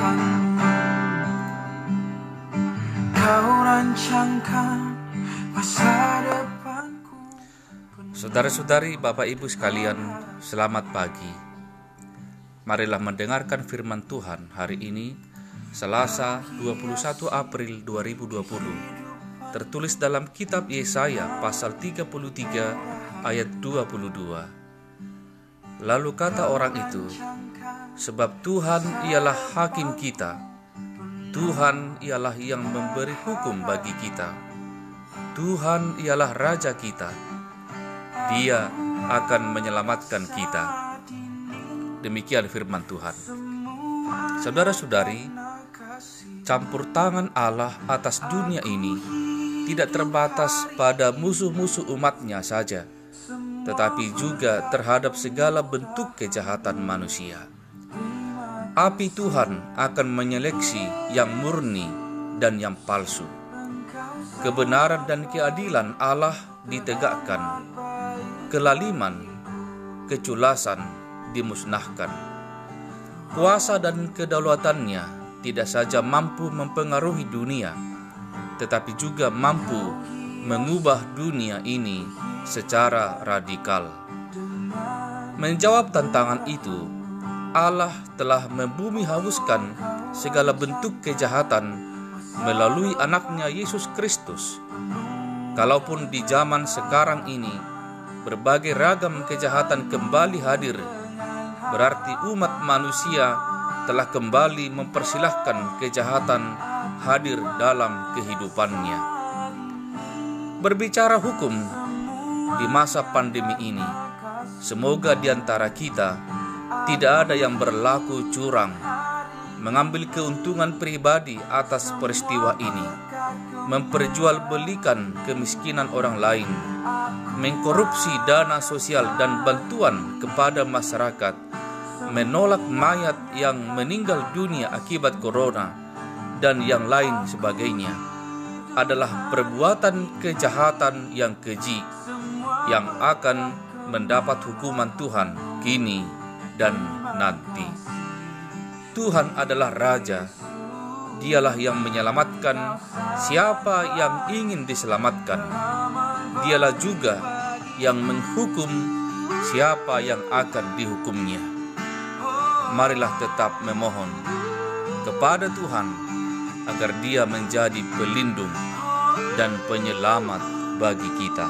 Tuhanmu. Kau rancangkan masa depanku. Saudara-saudari, Bapak Ibu sekalian, selamat pagi. Marilah mendengarkan firman Tuhan hari ini, Selasa 21 April 2020. Tertulis dalam kitab Yesaya pasal 33 ayat 22. Lalu kata orang itu, sebab Tuhan ialah hakim kita, Tuhan ialah yang memberi hukum bagi kita, Tuhan ialah Raja kita, Dia akan menyelamatkan kita. Demikian firman Tuhan. Saudara-saudari, campur tangan Allah atas dunia ini tidak terbatas pada musuh-musuh umatnya saja, tetapi juga terhadap segala bentuk kejahatan manusia. Api Tuhan akan menyeleksi yang murni dan yang palsu. Kebenaran dan keadilan Allah ditegakkan. Kelaliman, keculasan dimusnahkan. Kuasa dan kedaulatannya tidak saja mampu mempengaruhi dunia, tetapi juga mampu mengubah dunia ini secara radikal. Menjawab tantangan itu, Allah telah membumi hanguskan segala bentuk kejahatan melalui anaknya Yesus Kristus. Kalaupun di zaman sekarang ini berbagai ragam kejahatan kembali hadir, berarti umat manusia telah kembali mempersilahkan kejahatan hadir dalam kehidupannya. Berbicara hukum di masa pandemi ini, semoga di antara kita tidak ada yang berlaku curang, mengambil keuntungan pribadi atas peristiwa ini, memperjualbelikan kemiskinan orang lain, mengkorupsi dana sosial dan bantuan kepada masyarakat, menolak mayat yang meninggal dunia akibat corona, dan yang lain sebagainya, adalah perbuatan kejahatan yang keji, yang akan mendapat hukuman Tuhan kini dan nanti. Tuhan adalah Raja. Dialah yang menyelamatkan siapa yang ingin diselamatkan. Dialah juga yang menghukum siapa yang akan dihukumnya. Marilah tetap memohon kepada Tuhan agar Dia menjadi pelindung dan penyelamat bagi kita.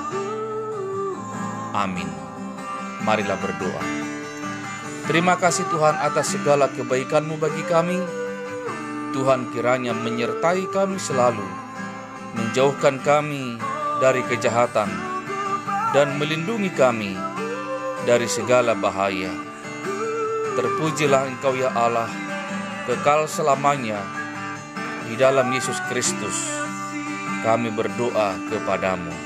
Amin. Marilah berdoa. Terima kasih Tuhan atas segala kebaikan-Mu bagi kami. Tuhan kiranya menyertai kami selalu, menjauhkan kami dari kejahatan, dan melindungi kami dari segala bahaya. Terpujilah Engkau ya Allah, kekal selamanya. Di dalam Yesus Kristus kami berdoa kepadamu.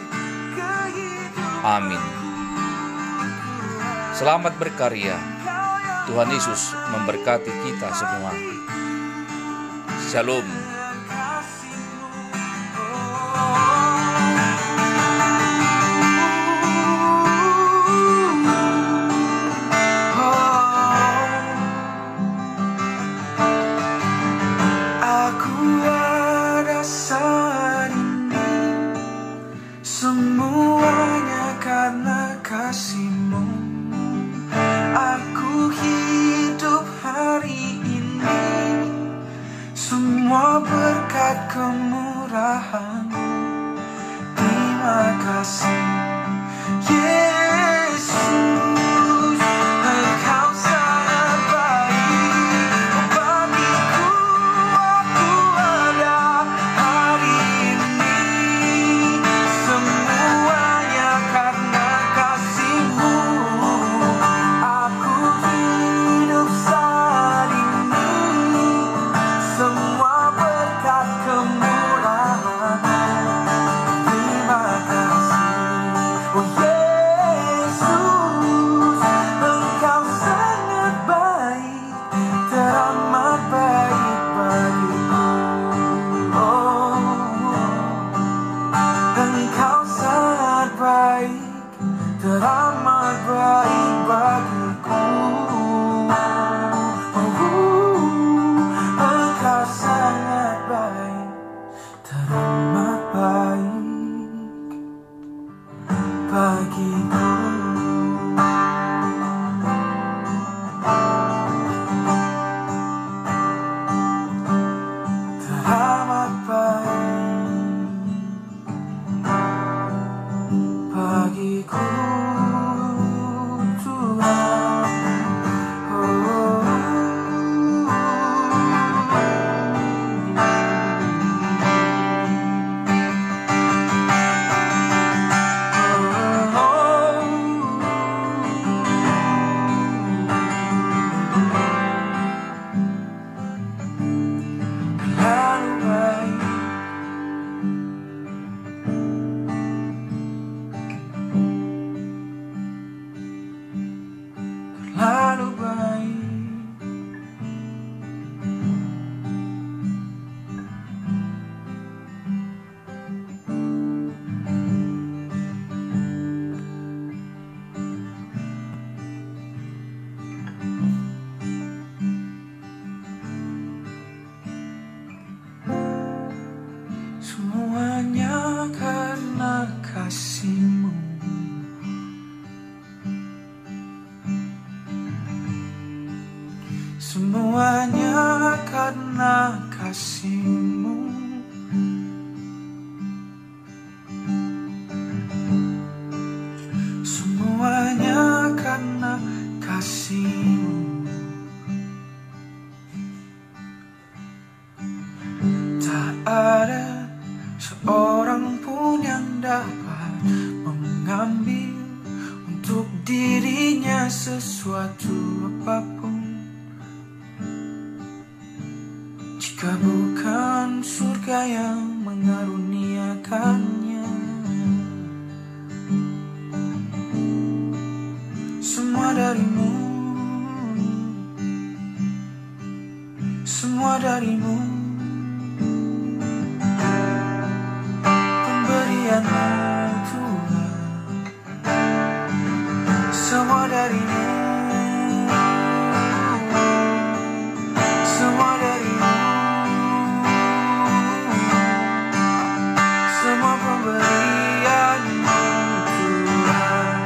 Amin. Selamat berkarya. Tuhan Yesus memberkati kita semua. Shalom. Aku ada saat ini, semuanya karena kasih-Mu. Aku hidup hari ini, semua berkat kemurahan. Terima kasih Yesus, Engkau sangat baik bagiku. Aku ada hari ini, semuanya karena kasih-Mu. Aku hidup saat ini, semua berkat kemurahan. Terima kasih, oh yeah. karena kasih-Mu. Semuanya karena kasih-Mu. Tak ada seorang pun yang dapat mengambil untuk dirinya sesuatu apapun, jika bukan surga yang mengaruniakannya. Semua dari-Mu, semua dari-Mu, pemberian-Mu Tuhan. Semua dari-Mu, semua dari-Mu, semua pemberian-Mu Tuhan.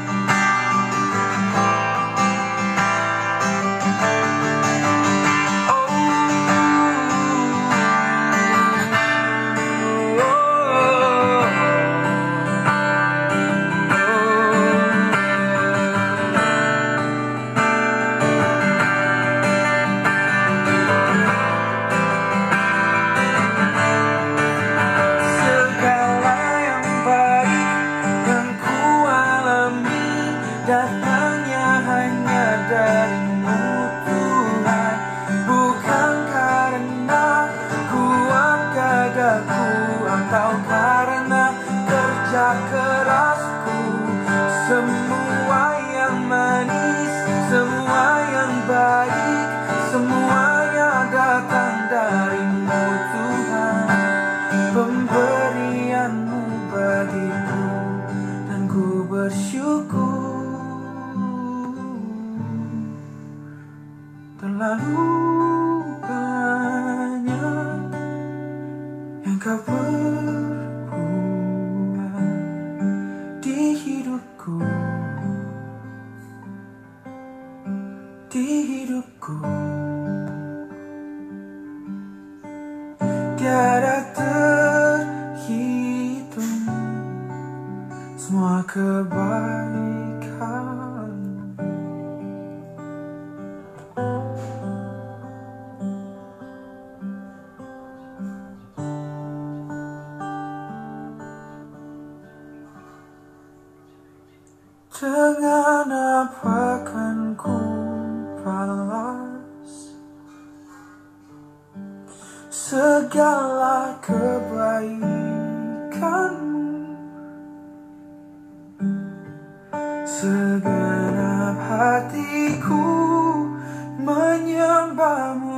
Datangnya hanya dari-Mu Tuhan, bukan karena kuat gagahku atau karena kerja kerasku. Semua yang manis, semua yang baik, semuanya datang dari-Mu Tuhan. Pemberian-Mu bagiku dan ku bersyukur. Terlalu banyak yang Kau perbuat di hidupku, di hidupku. Tiada terhitung semua kebaikan. Dengan apa kan ku balas segala kebaikan-Mu? Segenap hatiku menyembah-Mu